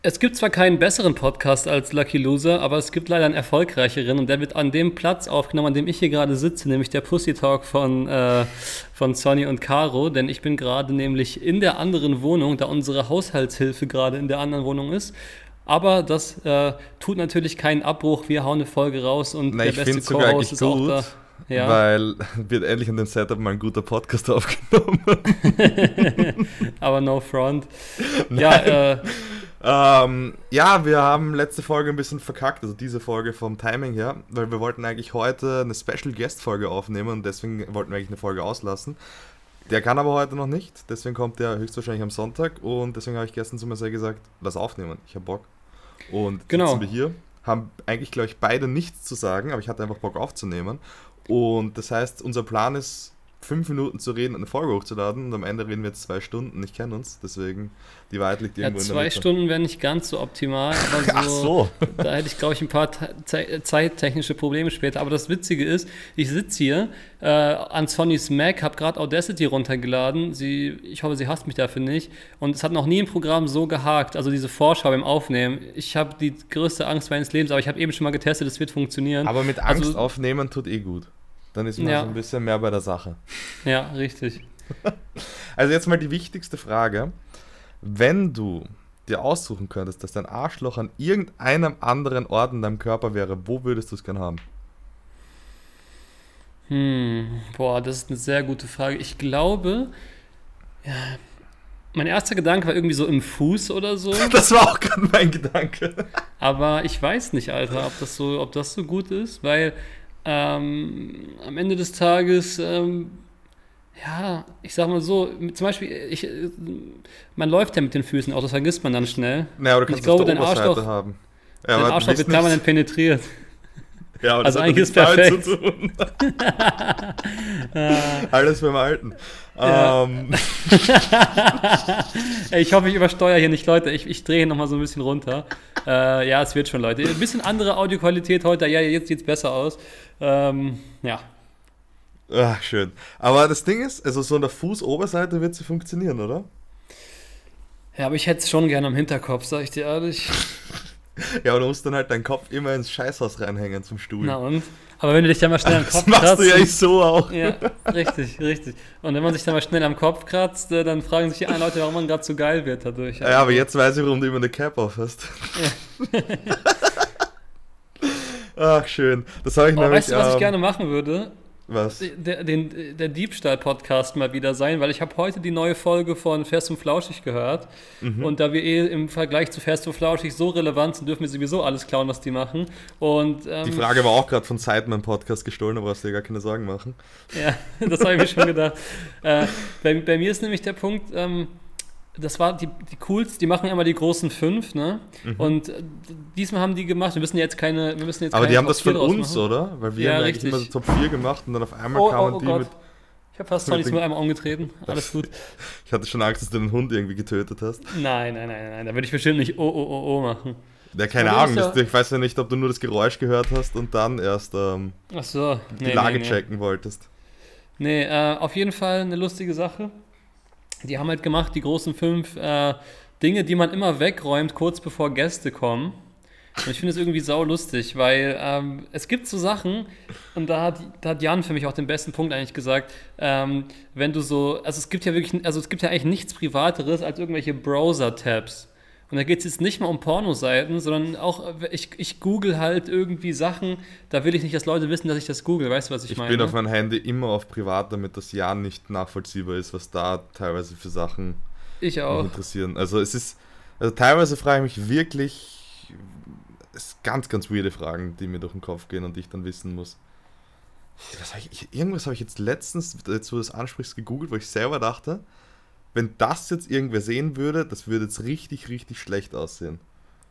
Es gibt zwar keinen besseren Podcast als Lucky Loser, aber es gibt leider einen erfolgreicheren und der wird an dem Platz aufgenommen, an dem ich hier gerade sitze, nämlich der Pussy Talk von Sonny und Caro, denn ich bin gerade nämlich in der anderen Wohnung, da unsere Haushaltshilfe gerade in der anderen Wohnung ist. Aber das tut natürlich keinen Abbruch, wir hauen eine Folge raus und Na, der ich finde beste es sogar Co-Host eigentlich ist auch gut, da. Ja, weil wird endlich an dem Setup mal ein guter Podcast aufgenommen. aber no front. Ja, Nein. Ja, wir haben letzte Folge ein bisschen verkackt, also diese Folge vom Timing her, weil wir wollten eigentlich heute eine Special Guest Folge aufnehmen und deswegen wollten wir eigentlich eine Folge auslassen. Der kann aber heute noch nicht, deswegen kommt der höchstwahrscheinlich am Sonntag und deswegen habe ich gestern zu Marcel gesagt, lass aufnehmen, ich habe Bock. Und jetzt genau. sitzen wir hier, haben eigentlich, glaube ich, beide nichts zu sagen, aber ich hatte einfach Bock aufzunehmen. Und das heißt, unser Plan ist, 5 Minuten zu reden und eine Folge hochzuladen und am Ende reden wir jetzt 2 Stunden. Ich kenne uns, deswegen die Wahrheit liegt Ja, irgendwo in der 2 Mitte. Stunden wäre nicht ganz so optimal, aber Ach so. da hätte ich, glaube ich, ein paar zeittechnische Probleme später. Aber das Witzige ist, ich sitze hier an Sonnys Mac, habe gerade Audacity runtergeladen. Ich hoffe, sie hasst mich dafür nicht. Und es hat noch nie im Programm so gehakt, also diese Vorschau beim Aufnehmen. Ich habe die größte Angst meines Lebens, aber ich habe eben schon mal getestet, es wird funktionieren. Aber mit Angst Also, aufnehmen tut eh gut. Dann ist man ja, so ein bisschen mehr bei der Sache. ja, richtig. Also jetzt mal die wichtigste Frage. Wenn du dir aussuchen könntest, dass dein Arschloch an irgendeinem anderen Ort in deinem Körper wäre, wo würdest du es gern haben? Boah, das ist eine sehr gute Frage. Ich glaube, ja, mein erster Gedanke war irgendwie so im Fuß oder so. Das war auch gerade mein Gedanke. Aber ich weiß nicht, Alter, ob das so gut ist, weil am Ende des Tages, ja, ich sag mal so, zum Beispiel, man läuft ja mit den Füßen auch, das vergisst man dann schnell. Naja, aber du Und ich kannst es auf glaube, der Oberseite haben. Ja, dein aber Arschloch wird permanent penetriert. Ja, aber das Also hat eigentlich nichts ist damit perfekt. zu tun. Alles beim Alten. Ja. Ey, ich hoffe, ich übersteuere hier nicht, Leute. Ich drehe hier nochmal so ein bisschen runter. Ja, es wird schon, Leute. Ein bisschen andere Audioqualität heute. Ja, jetzt sieht es besser aus. Ja. Ach, schön. Aber das Ding ist, also so an der Fußoberseite wird sie funktionieren, oder? Ja, aber ich hätte es schon gerne am Hinterkopf, sag ich dir ehrlich. Ja, aber du musst dann halt deinen Kopf immer ins Scheißhaus reinhängen zum Stuhl. Na und? Aber wenn du dich dann mal schnell am Das Kopf machst kratzt. du ja nicht so auch. Ja, richtig, richtig. Und wenn man sich dann mal schnell am Kopf kratzt, dann fragen sich die einen Leute, warum man gerade so geil wird dadurch. Ja, aber jetzt weiß ich, warum du immer eine Cap auf hast. Ja. Ach, schön. Das habe ich Aber nämlich... weißt du, was ich gerne machen würde? Was? Der Diebstahl-Podcast mal wieder sein, weil ich habe heute die neue Folge von Fest und Flauschig gehört und da wir im Vergleich zu Fest und Flauschig so relevant sind, dürfen wir sowieso alles klauen, was die machen und Die Frage war auch gerade von Sideman Podcast gestohlen, aber brauchst dir gar keine Sorgen machen. ja, das habe ich mir schon gedacht. Bei mir ist nämlich der Punkt, das war die Cools, die machen immer die großen 5, ne? Und diesmal haben die gemacht, wir müssen jetzt keine Aber die haben Top das 4 von draus uns, machen. oder? Weil wir Ja, haben eigentlich richtig. immer so Top 4 gemacht und dann auf einmal Oh, kamen oh die Gott. mit... Ich habe fast Tonys Müll einmal umgetreten. Alles gut. Ich hatte schon Angst, dass du den Hund irgendwie getötet hast. Nein. Da würde ich bestimmt nicht oh machen. Ja, keine Aber Ahnung. das ist Ich weiß ja nicht, ob du nur das Geräusch gehört hast und dann erst Ach so. die Lage checken wolltest. Nee, auf jeden Fall eine lustige Sache. Die haben halt gemacht, die großen 5 Dinge, die man immer wegräumt, kurz bevor Gäste kommen. Und ich finde es irgendwie sau lustig, weil es gibt so Sachen, und da hat Jan für mich auch den besten Punkt eigentlich gesagt, wenn du so, also es gibt ja eigentlich nichts Privateres als irgendwelche Browser-Tabs. Und da geht es jetzt nicht mal um Pornoseiten, sondern auch, ich google halt irgendwie Sachen, da will ich nicht, dass Leute wissen, dass ich das google, weißt du, was ich meine? Ich bin auf mein Handy immer auf privat, damit das ja nicht nachvollziehbar ist, was da teilweise für Sachen Ich mich auch. interessieren. Also teilweise frage ich mich wirklich, es sind ganz, ganz weirde Fragen, die mir durch den Kopf gehen und die ich dann wissen muss. Irgendwas habe ich jetzt letztens, jetzt wo du das ansprichst, gegoogelt, wo ich selber dachte, wenn das jetzt irgendwer sehen würde, das würde jetzt richtig, richtig schlecht aussehen.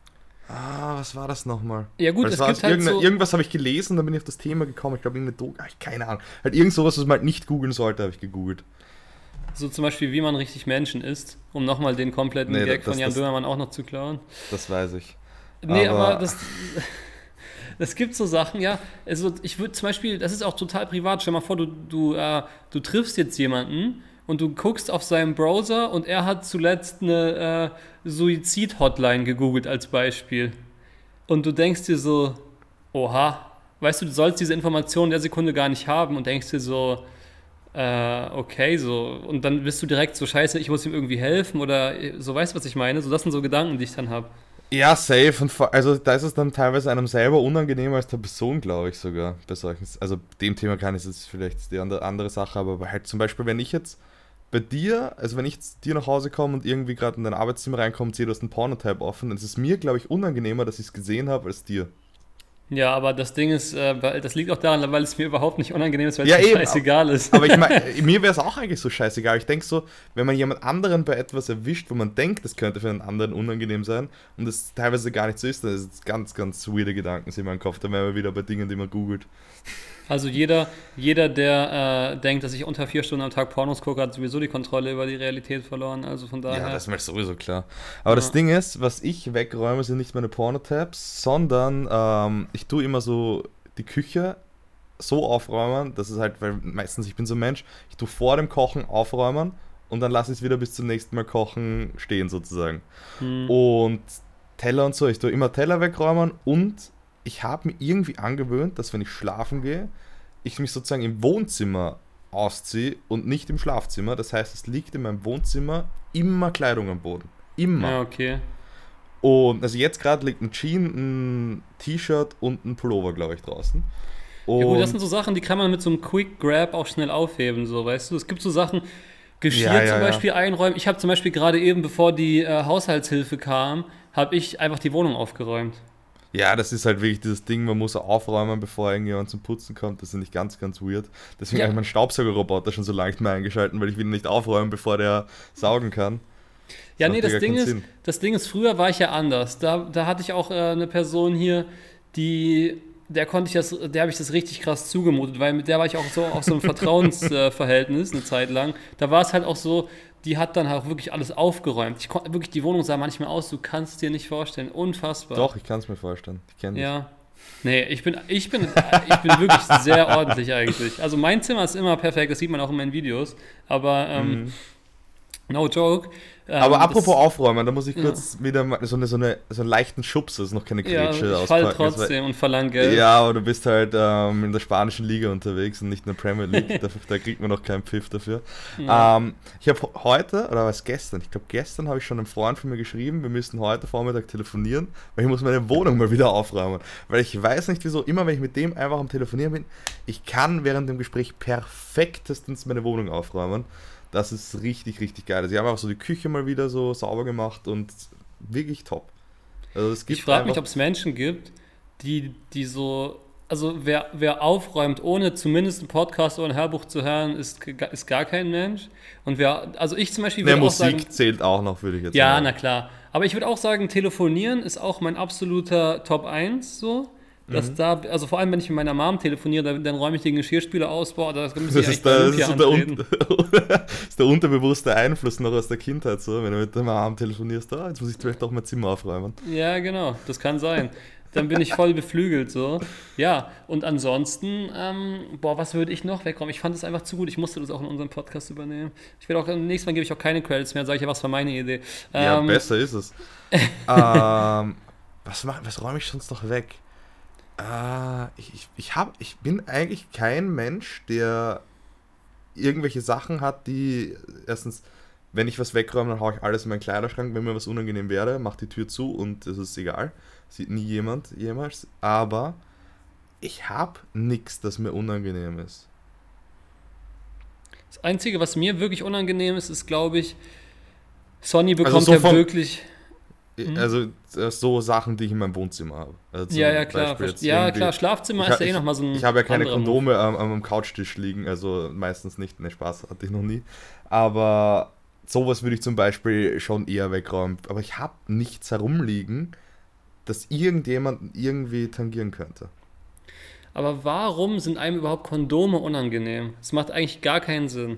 Was war das nochmal? Ja gut, Weil es gibt halt so... irgendwas habe ich gelesen, dann bin ich auf das Thema gekommen. Ich glaube, keine Ahnung. Halt irgend sowas, was man halt nicht googeln sollte, habe ich gegoogelt. So zum Beispiel, wie man richtig Menschen isst, um nochmal den kompletten Nee, Gag von Jan Böhmermann auch noch zu klauen. Das weiß ich. Nee, aber das gibt so Sachen, ja. Also ich würde zum Beispiel, das ist auch total privat, stell mal vor, du triffst jetzt jemanden und du guckst auf seinem Browser und er hat zuletzt eine Suizid-Hotline gegoogelt als Beispiel. Und du denkst dir so, oha, weißt du, du sollst diese Information in der Sekunde gar nicht haben und denkst dir so, okay, so. Und dann bist du direkt so, scheiße, ich muss ihm irgendwie helfen oder so, weißt du, was ich meine? So, das sind so Gedanken, die ich dann habe. Ja, safe. Und also da ist es dann teilweise einem selber unangenehmer als der Person, glaube ich sogar. Bei solchen, also dem Thema kann ich jetzt vielleicht die andere Sache, aber halt zum Beispiel, wenn ich jetzt bei dir, also wenn ich jetzt dir nach Hause komme und irgendwie gerade in dein Arbeitszimmer reinkomme und sehe, du hast einen Porno-Tab offen, dann ist es mir, glaube ich, unangenehmer, dass ich es gesehen habe, als dir. Ja, aber das Ding ist, das liegt auch daran, weil es mir überhaupt nicht unangenehm ist, weil Ja, es mir eben. scheißegal ist. Aber ich meine, mir wäre es auch eigentlich so scheißegal. Ich denke so, wenn man jemand anderen bei etwas erwischt, wo man denkt, das könnte für einen anderen unangenehm sein und es teilweise gar nicht so ist, dann ist es ganz, ganz weirde Gedanken in meinem Kopf. Dann wären wir wieder bei Dingen, die man googelt. Also jeder der denkt, dass ich unter 4 Stunden am Tag Pornos gucke, hat sowieso die Kontrolle über die Realität verloren. Also von daher. Ja, das ist mir sowieso klar. Aber das Ding ist, was ich wegräume, sind nicht meine Porno-Tabs, sondern ich tue immer so die Küche so aufräumen, dass es halt, weil meistens ich bin so ein Mensch, ich tue vor dem Kochen aufräumen und dann lasse ich es wieder bis zum nächsten Mal kochen stehen sozusagen. Und Teller und so, ich tue immer Teller wegräumen und ich habe mir irgendwie angewöhnt, dass wenn ich schlafen gehe, ich mich sozusagen im Wohnzimmer ausziehe und nicht im Schlafzimmer. Das heißt, es liegt in meinem Wohnzimmer immer Kleidung am Boden. Immer. Ja, okay. Und also jetzt gerade liegt ein Jean, ein T-Shirt und ein Pullover, glaube ich, draußen. Und Ja gut, das sind so Sachen, die kann man mit so einem Quick Grab auch schnell aufheben, so, weißt du. Es gibt so Sachen, Geschirr Ja, ja, zum ja. Beispiel einräumen. Ich habe zum Beispiel gerade eben, bevor die Haushaltshilfe kam, habe ich einfach die Wohnung aufgeräumt. Ja, das ist halt wirklich dieses Ding, man muss aufräumen, bevor irgendjemand zum Putzen kommt. Das finde ich ganz, ganz weird. Deswegen Ja. habe ich meinen Staubsaugerroboter schon so lange nicht mehr eingeschalten, weil ich will ihn nicht aufräumen, bevor der saugen kann. Ja, macht nee, ja gar keinen Sinn. das Ding ist, früher war ich ja anders. Da hatte ich auch eine Person hier, der habe ich das richtig krass zugemutet, weil mit der war ich auch so auf so einem Vertrauensverhältnis eine Zeit lang. Da war es halt auch so, die hat dann auch wirklich alles aufgeräumt. Wirklich, die Wohnung sah manchmal aus, du kannst es dir nicht vorstellen. Unfassbar. Doch, ich kann es mir vorstellen. Ich kenne dich. Ja. Nee, ich bin wirklich sehr ordentlich eigentlich. Also mein Zimmer ist immer perfekt, das sieht man auch in meinen Videos. Aber no joke. Aber apropos Aufräumen, da muss ich Ja. kurz wieder mal so einen leichten Schubs, das ist noch keine Ja, Grätsche ich falle auspacken. trotzdem und verlange Geld. Ja, aber du bist halt in der spanischen Liga unterwegs und nicht in der Premier League. Da kriegt man noch keinen Pfiff dafür. Ja. Ich habe heute, oder was gestern? Ich glaube, gestern habe ich schon einem Freund von mir geschrieben, wir müssen heute Vormittag telefonieren, weil ich muss meine Wohnung mal wieder aufräumen. Weil ich weiß nicht wieso, immer wenn ich mit dem einfach am Telefonieren bin, ich kann während dem Gespräch perfektestens meine Wohnung aufräumen. Das ist richtig, richtig geil. Sie haben auch so die Küche mal wieder so sauber gemacht und wirklich top. Also es gibt Ich frage mich, einfach- ob es Menschen gibt, die so, also wer aufräumt, ohne zumindest einen Podcast oder ein Hörbuch zu hören, ist gar kein Mensch. Und also ich zum Beispiel Mehr würde auch Musik sagen, zählt auch noch, würde ich jetzt ja, sagen. na klar. Aber ich würde auch sagen, telefonieren ist auch mein absoluter Top 1 so. Also vor allem, wenn ich mit meiner Mom telefoniere, dann räume ich den Geschirrspüler aus, boah, da muss ich echt bei Olympia so antreten. ist der unterbewusste Einfluss noch aus der Kindheit so, wenn du mit deinem Arm telefonierst, jetzt muss ich vielleicht auch mein Zimmer aufräumen. Ja, genau, das kann sein. Dann bin ich voll beflügelt so. Ja, und ansonsten, was würde ich noch wegräumen? Ich fand es einfach zu gut, ich musste das auch in unserem Podcast übernehmen. Nächstes Mal gebe ich auch keine Credits mehr, sage ich ja, was war meine Idee. Ja, besser ist es. Was räume ich sonst noch weg? Ich bin eigentlich kein Mensch, der irgendwelche Sachen hat, die erstens, wenn ich was wegräume, dann haue ich alles in meinen Kleiderschrank, wenn mir was unangenehm wäre, mach die Tür zu und es ist egal. Sieht nie jemand jemals. Aber ich habe nichts, das mir unangenehm ist. Das Einzige, was mir wirklich unangenehm ist, glaube ich, Sonny Also bekommt so ja von- wirklich... Also so Sachen, die ich in meinem Wohnzimmer habe. Also zum Ja, klar. Beispiel jetzt Ja, irgendwie- klar, Schlafzimmer ist ja eh nochmal so ein Ich habe ja keine anderer Move. Kondome am Couchtisch liegen, also meistens nicht. Ne, Spaß hatte ich noch nie. Aber sowas würde ich zum Beispiel schon eher wegräumen. Aber ich habe nichts herumliegen, das irgendjemanden irgendwie tangieren könnte. Aber warum sind einem überhaupt Kondome unangenehm? Das macht eigentlich gar keinen Sinn.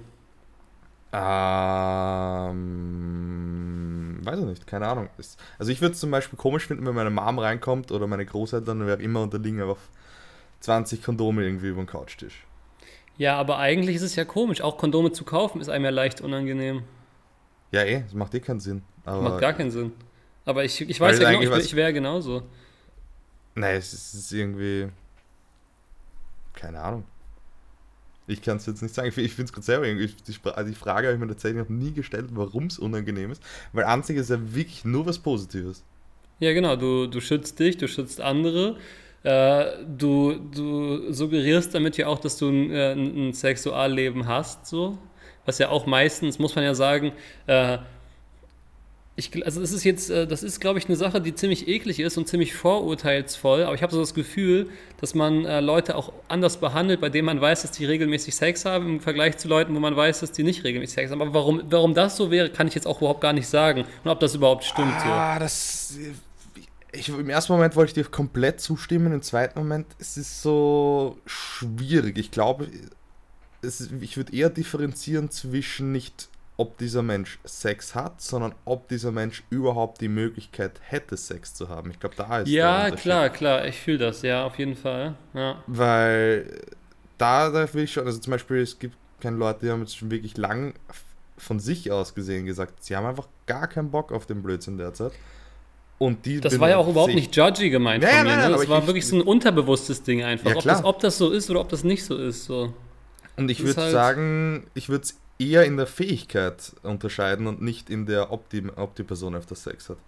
Weiß ich nicht, keine Ahnung. Also ich würde es zum Beispiel komisch finden, wenn meine Mom reinkommt oder meine Großeltern, wer immer, und da liegen einfach 20 Kondome irgendwie über dem Couchtisch. Ja, aber eigentlich ist es ja komisch. Auch Kondome zu kaufen ist einem ja leicht unangenehm. Ja, das macht keinen Sinn. Macht Aber, gar keinen Sinn. Aber ich weil weiß es ja genau, eigentlich was. ich wäre genauso. Nein, es ist irgendwie. Keine Ahnung. Ich kann es jetzt nicht sagen. Ich finde es gerade selber irgendwie. Die Frage habe ich mir tatsächlich noch nie gestellt, warum es unangenehm ist. Weil an sich ist ja wirklich nur was Positives. Ja, genau. Du schützt dich, du schützt andere. Du suggerierst damit ja auch, dass du ein Sexualleben hast, so. Was ja auch meistens, muss man ja sagen, also es ist jetzt, das ist, glaube ich, eine Sache, die ziemlich eklig ist und ziemlich vorurteilsvoll, aber ich habe so das Gefühl, dass man Leute auch anders behandelt, bei denen man weiß, dass die regelmäßig Sex haben, im Vergleich zu Leuten, wo man weiß, dass die nicht regelmäßig Sex haben. Aber warum das so wäre, kann ich jetzt auch überhaupt gar nicht sagen. Und ob das überhaupt stimmt so. Das. Im ersten Moment wollte ich dir komplett zustimmen, im zweiten Moment ist es so schwierig. Ich glaube, ich würde eher differenzieren zwischen nicht, ob dieser Mensch Sex hat, sondern ob dieser Mensch überhaupt die Möglichkeit hätte, Sex zu haben. Ich glaube, da ist der Ja, Unterschied. klar, ich fühle das, ja, auf jeden Fall. Ja. Weil da will ich schon, also zum Beispiel, es gibt keine Leute, die haben jetzt schon wirklich lang von sich aus gesehen gesagt, sie haben einfach gar keinen Bock auf den Blödsinn derzeit. Und die Das bin war ja auch überhaupt sich- nicht judgy gemeint Naja, von mir, nein, ne? nein, aber Das war wirklich so ein unterbewusstes Ding einfach. Ja, klar. Ob das so ist oder ob das nicht so ist, so. Und ich Das ist würde halt, sagen, ich würde es eher in der Fähigkeit unterscheiden und nicht in der, ob die Person öfter Sex hat.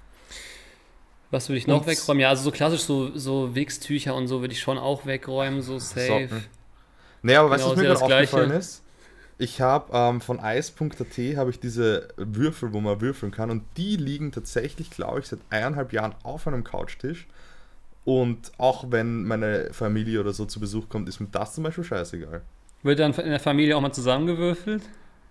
was würde ich noch Und wegräumen? Ja, also so klassisch so Wichstücher und so würde ich schon auch wegräumen, so safe. Socken. Naja, aber weißt du, Genau, was ist mir ja gerade das aufgefallen Gleiche. ist? Ich habe von ice.at habe ich diese Würfel, wo man würfeln kann, und die liegen tatsächlich, glaube ich, seit 1,5 Jahren auf einem Couchtisch. Und auch wenn meine Familie oder so zu Besuch kommt, ist mir das zum Beispiel scheißegal. Wird dann in der Familie auch mal zusammengewürfelt?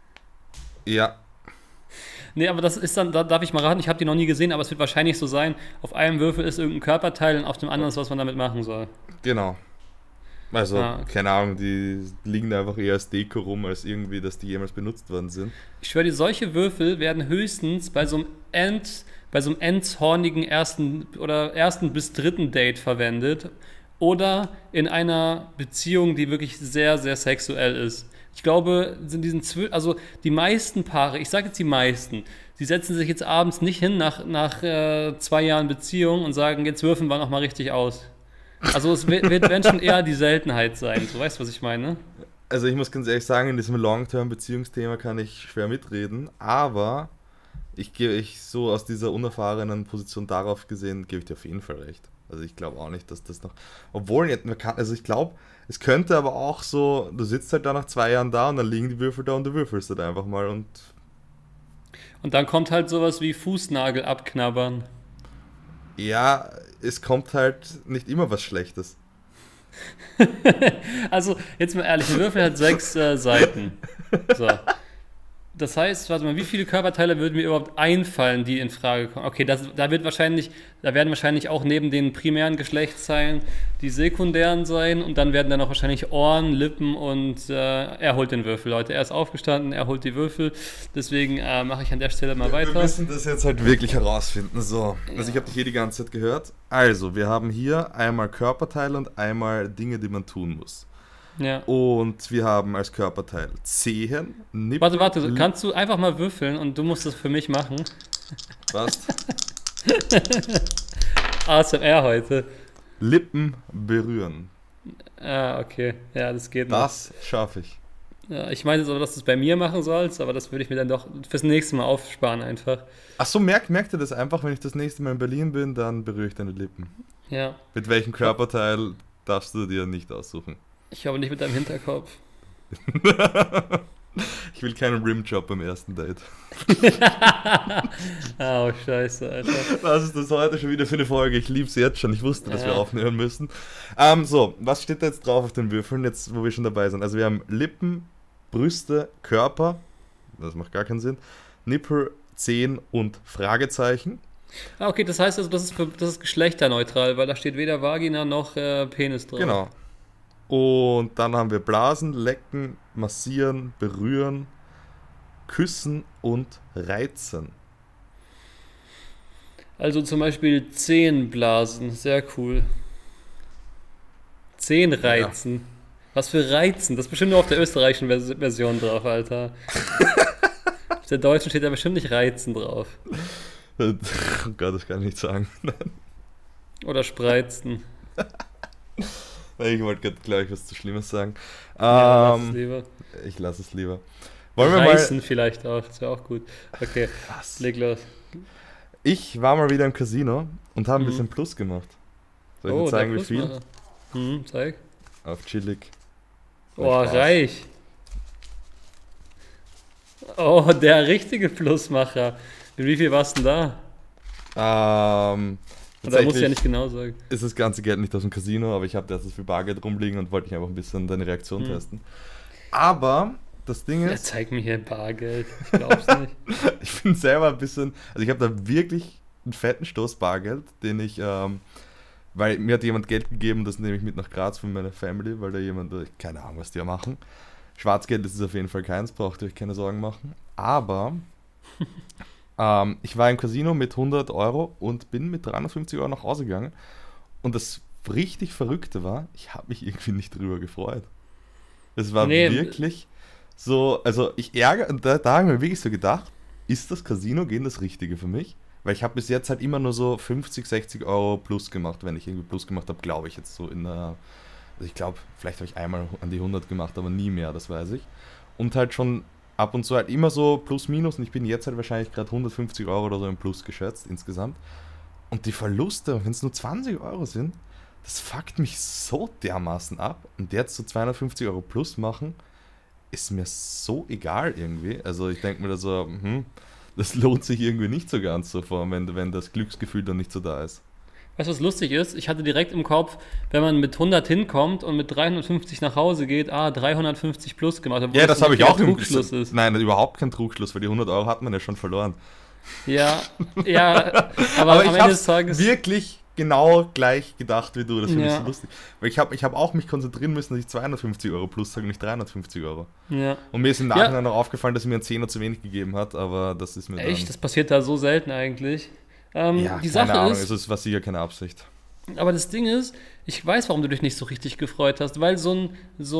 Ja, Nee, aber das ist dann, da darf ich mal raten, ich habe die noch nie gesehen, aber es wird wahrscheinlich so sein, auf einem Würfel ist irgendein Körperteil und auf dem anderen ist, was man damit machen soll. genau. Also, Okay. keine Ahnung, die liegen da einfach eher als Deko rum, als irgendwie, dass die jemals benutzt worden sind. Ich schwöre dir, solche Würfel werden höchstens bei so einem endshornigen ersten bis dritten Date verwendet oder in einer Beziehung, die wirklich sehr, sehr sexuell ist. Ich glaube, also die meisten Paare, ich sage jetzt die meisten, die setzen sich jetzt abends nicht hin nach 2 Jahren Beziehung und sagen, jetzt würfeln wir nochmal richtig aus. Also es werden schon eher die Seltenheit sein. Du weißt, was ich meine? Also ich muss ganz ehrlich sagen, in diesem Long-Term-Beziehungsthema kann ich schwer mitreden, aber ich so aus dieser unerfahrenen Position darauf gesehen, gebe ich dir auf jeden Fall recht. Also ich glaube auch nicht, dass das noch, obwohl man kann, also ich glaube, es könnte aber auch so, du sitzt halt da nach 2 Jahren da und dann liegen die Würfel da und du würfelst halt einfach mal und Und dann kommt halt sowas wie Fußnagel abknabbern. ja, es kommt halt nicht immer was Schlechtes. Also, jetzt mal ehrlich, ein Würfel hat 6 Seiten. So. Das heißt, warte mal, wie viele Körperteile würden mir überhaupt einfallen, die in Frage kommen? Okay, da werden wahrscheinlich auch neben den primären Geschlechtsteilen die sekundären sein und dann werden dann auch wahrscheinlich Ohren, Lippen und er holt den Würfel, Leute. Er ist aufgestanden, er holt die Würfel. Deswegen mache ich an der Stelle mal Wir weiter. müssen das jetzt halt wirklich herausfinden. So, also ich habe dich hier die ganze Zeit gehört. Also, wir haben hier einmal Körperteile und einmal Dinge, die man tun muss. Ja. Und wir haben als Körperteil Zehen, Nippel, Warte, kannst du einfach mal würfeln und du musst das für mich machen? was? ASMR heute. Lippen berühren. Ah, okay. Ja, das geht noch. Das schaffe ich. Ja, ich meine jetzt aber, dass du es bei mir machen sollst, aber das würde ich mir dann doch fürs nächste Mal aufsparen einfach. Ach so, merkt ihr das einfach, wenn ich das nächste Mal in Berlin bin, dann berühre ich deine Lippen. Ja. Mit welchem Körperteil darfst du dir nicht aussuchen? Ich habe nicht mit deinem Hinterkopf. Ich will keinen Rimjob beim ersten Date. Oh, scheiße, Alter. Was ist das heute schon wieder für eine Folge? Ich liebe es jetzt schon. Ich wusste, dass wir Ja. aufnehmen müssen. So, was steht da jetzt drauf auf den Würfeln, jetzt wo wir schon dabei sind? Also wir haben Lippen, Brüste, Körper, das macht gar keinen Sinn, Nippel, Zehen und Fragezeichen. Ah, okay, das heißt also, das ist geschlechterneutral, weil da steht weder Vagina noch Penis drauf. Genau. Und dann haben wir Blasen, Lecken, Massieren, Berühren, Küssen und Reizen. Also zum Beispiel Zehenblasen, sehr cool. Zehenreizen. Was für Reizen. Das ist bestimmt nur auf der österreichischen Version drauf, Alter. Auf der deutschen steht da bestimmt nicht Reizen drauf. Oh Gott, das kann ich nicht sagen. Oder Spreizen. Ich wollte gerade, glaube ich, was zu Schlimmes sagen. Ja, lass es lieber. Ich lasse es lieber. Wollen wir Reißen mal... vielleicht auch, das wäre auch gut. Okay, Was? leg los. Ich war mal wieder im Casino und habe ein Mhm. bisschen Plus gemacht. Soll ich Oh, dir zeigen, der wie viel? Plusmacher. Zeig. Auf chillig. Oh, Spaß. reich. Oh, der richtige Plusmacher. Mit wie viel warst du denn da? Oder musst du ja nicht genau sagen. Ist das ganze Geld nicht aus dem Casino, aber ich habe da so viel Bargeld rumliegen und wollte ich einfach ein bisschen deine Reaktion testen. Aber das Ding Ja, ist, zeig mir hier Bargeld. Ich glaub's nicht. ich bin selber ein bisschen, also ich habe da wirklich einen fetten Stoß Bargeld, den ich, weil mir hat jemand Geld gegeben, das nehme ich mit nach Graz für meine Family, weil da jemand, keine Ahnung, was die da machen. Schwarzgeld ist es auf jeden Fall keins, braucht ihr euch keine Sorgen machen. Aber ich war im Casino mit 100 Euro und bin mit 350 Euro nach Hause gegangen. Und das richtig Verrückte war, ich habe mich irgendwie nicht drüber gefreut. Es war wirklich so, also ich ärgere, und da habe ich mir wirklich so gedacht, ist das Casino gehen das Richtige für mich? Weil ich habe bis jetzt halt immer nur so 50, 60 Euro plus gemacht, wenn ich irgendwie plus gemacht habe, glaube ich jetzt so in der, also ich glaube, vielleicht habe ich einmal an die 100 gemacht, aber nie mehr, das weiß ich. Und halt schon ab und zu halt immer so plus minus und ich bin jetzt halt wahrscheinlich gerade 150 Euro oder so im Plus geschätzt insgesamt. Und die Verluste, wenn es nur 20 Euro sind, das fuckt mich so dermaßen ab. Und jetzt so 250 Euro plus machen, ist mir so egal irgendwie. Also ich denke mir da so, das lohnt sich irgendwie nicht so ganz so vor, wenn das Glücksgefühl dann nicht so da ist. Weißt du, was lustig ist? Ich hatte direkt im Kopf, wenn man mit 100 hinkommt und mit 350 nach Hause geht, 350 plus gemacht. Ja, das habe ich auch im Trugschluss ist. Nein, überhaupt kein Trugschluss, weil die 100 Euro hat man ja schon verloren. Ja, aber am ich Ende habe des Tages... wirklich genau gleich gedacht wie du, das finde ich Ja. so lustig. Weil ich hab auch mich konzentrieren müssen, dass ich 250 Euro plus sage und nicht 350 Euro. Ja. Und mir ist im Nachhinein noch aufgefallen, dass sie mir einen Zehner zu wenig gegeben hat, aber das ist mir Echt? Das passiert da so selten eigentlich. Ja, Die keine Sache Ahnung, ist, es war sicher keine Absicht. aber das Ding ist, ich weiß, warum du dich nicht so richtig gefreut hast, weil so ein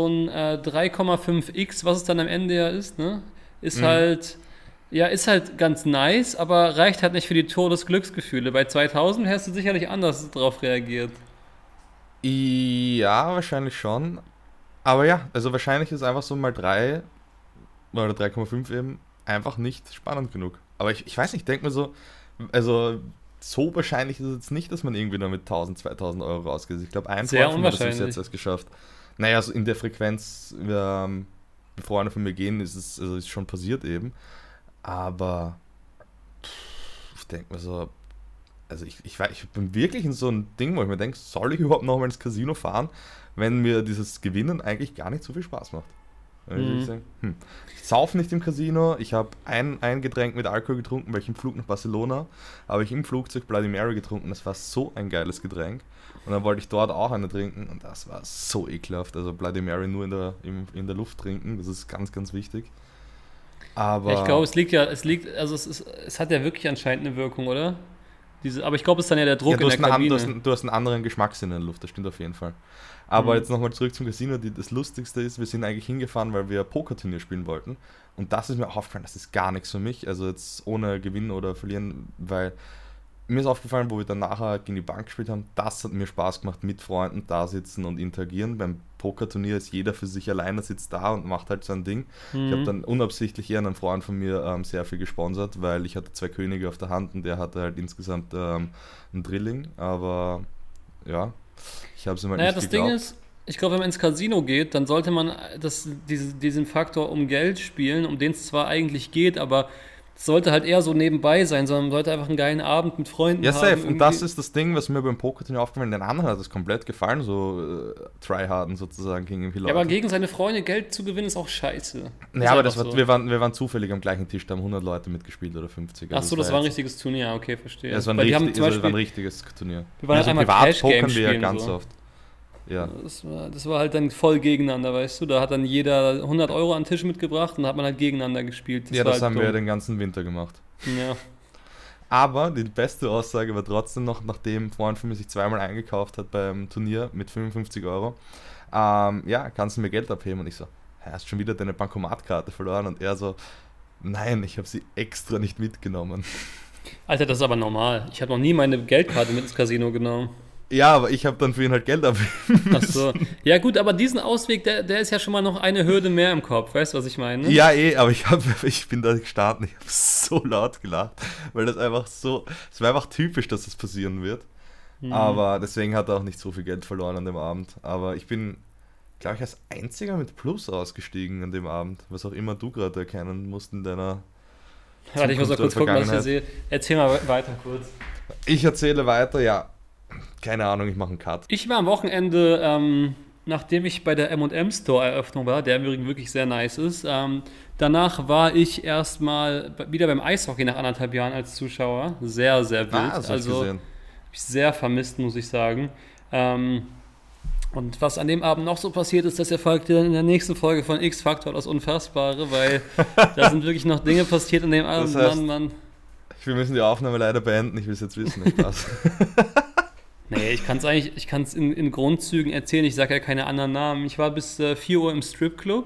3,5x, was es dann am Ende ja ist, ne, ist halt ganz nice, aber reicht halt nicht für die Todesglücksgefühle. Bei 2000 hättest du sicherlich anders drauf reagiert. Ja, wahrscheinlich schon. Aber ja, also wahrscheinlich ist einfach so mal 3 oder 3,5 eben einfach nicht spannend genug. Aber ich weiß nicht, ich denke mir so, also so wahrscheinlich ist es jetzt nicht, dass man irgendwie nur mit 1000, 2000 Euro rausgeht. Ich glaube, ein Sehr Freund von mir hat es bis unwahrscheinlich. jetzt erst geschafft. Naja, also in der Frequenz, wie Freunde von mir gehen, ist schon passiert eben. Aber ich denke mir so, also ich bin wirklich in so ein Ding, wo ich mir denke, soll ich überhaupt noch mal ins Casino fahren, wenn mir dieses Gewinnen eigentlich gar nicht so viel Spaß macht. Ich sauf nicht im Casino, ich habe ein Getränk mit Alkohol getrunken, weil ich im Flug nach Barcelona, habe ich im Flugzeug Bloody Mary getrunken, das war so ein geiles Getränk. Und dann wollte ich dort auch eine trinken und das war so ekelhaft. Also Bloody Mary nur in der Luft trinken, das ist ganz, ganz wichtig. Aber Ja, ich glaube, es hat ja wirklich anscheinend eine Wirkung, oder? Aber ich glaube, es ist dann ja der Druck in der Kabine. du hast einen anderen Geschmackssinn in der Luft, das stimmt auf jeden Fall. Aber jetzt nochmal zurück zum Casino, das Lustigste ist, wir sind eigentlich hingefahren, weil wir ein Pokerturnier spielen wollten. Und das ist mir auch aufgefallen, das ist gar nichts für mich, also jetzt ohne Gewinnen oder Verlieren, weil mir ist aufgefallen, wo wir dann nachher gegen die Bank gespielt haben, das hat mir Spaß gemacht, mit Freunden da sitzen und interagieren. Beim Pokerturnier ist jeder für sich alleine, sitzt da und macht halt sein Ding. Ich habe dann unabsichtlich eher einen Freund von mir sehr viel gesponsert, weil ich hatte 2 Könige auf der Hand und der hatte halt insgesamt ein Drilling, aber ja, ich habe es immer Naja, nicht das geglaubt. Ding ist, ich glaube, wenn man ins Casino geht, dann sollte man diesen Faktor um Geld spielen, um den es zwar eigentlich geht, aber es sollte halt eher so nebenbei sein, sondern man sollte einfach einen geilen Abend mit Freunden Ja, haben. safe. Und irgendwie. das ist das Ding, was mir beim Pokerturnier aufgefallen ist. Den anderen hat das komplett gefallen, so tryharden sozusagen gegen irgendwie Ja, Leute. aber gegen seine Freunde Geld zu gewinnen ist auch scheiße. Ist Ja, aber das einfach war, so. wir waren zufällig am gleichen Tisch, da haben 100 Leute mitgespielt oder 50. Ach so, das war ein jetzt- richtiges Turnier, okay, verstehe. Ja, es war Weil die haben richtig, zum also, es war ein Beispiel, richtiges Turnier. wir waren Also einmal privat Cash-Game pokern wir ja spielen, ganz so. oft. Ja. Das war halt dann voll gegeneinander, weißt du? Da hat dann jeder 100 Euro an den Tisch mitgebracht und hat man halt gegeneinander gespielt. Ja, war das halt haben wir dumm. den ganzen Winter gemacht. Ja. Aber die beste Aussage war trotzdem noch, nachdem ein Freund von mir sich zweimal eingekauft hat beim Turnier mit 55 Euro, ja, kannst du mir Geld abheben? Und ich so, hast schon wieder deine Bankomatkarte verloren? Und er so, nein, ich habe sie extra nicht mitgenommen. Alter, das ist aber normal. Ich habe noch nie meine Geldkarte mit ins Casino genommen. Ja, aber ich habe dann für ihn halt Geld abheben Ach müssen. so. Ja gut, aber diesen Ausweg, der ist ja schon mal noch eine Hürde mehr im Kopf. Weißt du, was ich meine? Ja, aber ich bin da gestartet, ich habe so laut gelacht, weil das einfach so, es war einfach typisch, dass das passieren wird. Aber deswegen hat er auch nicht so viel Geld verloren an dem Abend. Aber ich bin, glaube ich, als einziger mit Plus ausgestiegen an dem Abend, was auch immer du gerade erkennen musst in deiner Warte, ich muss mal kurz gucken, was ich hier Vergangenheit. sehe. Erzähl mal weiter kurz. Ich erzähle weiter, ja, keine Ahnung, ich mache einen Cut. Ich war am Wochenende, nachdem ich bei der M&M Store Eröffnung war, der im Übrigen wirklich sehr nice ist, danach war ich erstmal wieder beim Eishockey nach 1,5 Jahren als Zuschauer. Sehr, sehr wild. Das hab ich Also gesehen. hab ich sehr vermisst, muss ich sagen. Und was an dem Abend noch so passiert ist, das erfolgt in der nächsten Folge von X-Factor, das Unfassbare, weil da sind wirklich noch Dinge passiert an dem Abend. Das heißt- Mann. Wir müssen die Aufnahme leider beenden, ich will es jetzt wissen, nicht was. Nee, ich kann es in Grundzügen erzählen, ich sage ja keine anderen Namen. Ich war bis 4 Uhr im Stripclub.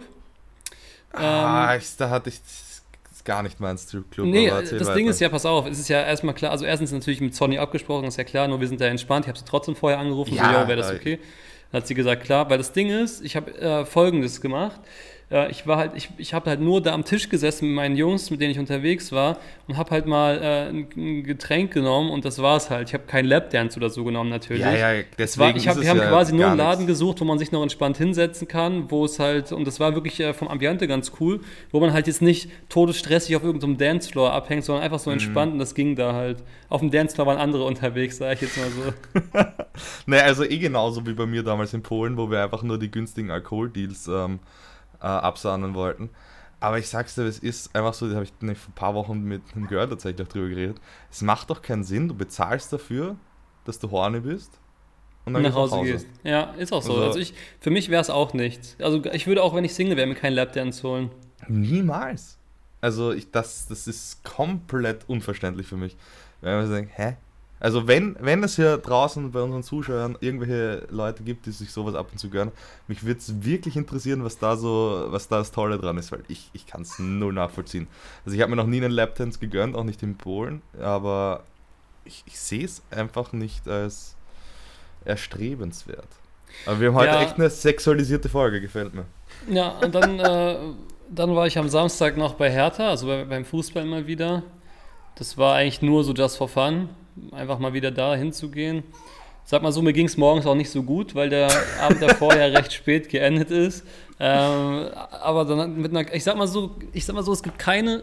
Da hatte ich gar nicht mal einen Stripclub. Nee, aber erzähl das weiter. Ding ist ja, pass auf, es ist ja erstmal klar, also erstens natürlich mit Sonny abgesprochen, ist ja klar, nur wir sind da entspannt, ich habe sie trotzdem vorher angerufen, Ja, so, wäre das okay? Dann hat sie gesagt, klar, weil das Ding ist, ich habe Folgendes gemacht, ich habe halt nur da am Tisch gesessen mit meinen Jungs, mit denen ich unterwegs war und habe halt mal ein Getränk genommen und das war's halt. Ich habe keinen Lapdance oder so genommen natürlich. Ja, deswegen Wir haben ja quasi nur gar einen Laden nichts. gesucht, wo man sich noch entspannt hinsetzen kann, wo es halt, und das war wirklich vom Ambiente ganz cool, wo man halt jetzt nicht todesstressig auf irgendeinem Dancefloor abhängt, sondern einfach so entspannt und das ging da halt. Auf dem Dancefloor waren andere unterwegs, sag ich jetzt mal so. Ne, also genauso wie bei mir damals in Polen, wo wir einfach nur die günstigen Alkoholdeals absahnen wollten. Aber ich sag's dir, es ist einfach so, da habe ich vor ein paar Wochen mit einem Girl tatsächlich auch drüber geredet. Es macht doch keinen Sinn, du bezahlst dafür, dass du horny bist und dann Nach gehst du Hause gehst. Ja, ist auch so. Also- Für mich wäre es auch nichts. Also ich würde auch, wenn ich Single wäre, mir keinen Lapdance holen. Niemals. Also das ist komplett unverständlich für mich. Wenn man denkt, hä? Also wenn es hier draußen bei unseren Zuschauern irgendwelche Leute gibt, die sich sowas ab und zu gönnen, mich würde es wirklich interessieren, was da das Tolle dran ist, weil ich kann es null nachvollziehen. Also ich habe mir noch nie einen Lapdance gegönnt, auch nicht in Polen, aber ich sehe es einfach nicht als erstrebenswert. Aber wir haben heute Ja. echt eine sexualisierte Folge, gefällt mir. Ja, und dann war ich am Samstag noch bei Hertha, also beim Fußball mal wieder. Das war eigentlich nur so just for fun, einfach mal wieder da hinzugehen. Sag mal so, mir ging es morgens auch nicht so gut, weil der Abend davor ja recht spät geendet ist. Aber dann ich sag mal so, es gibt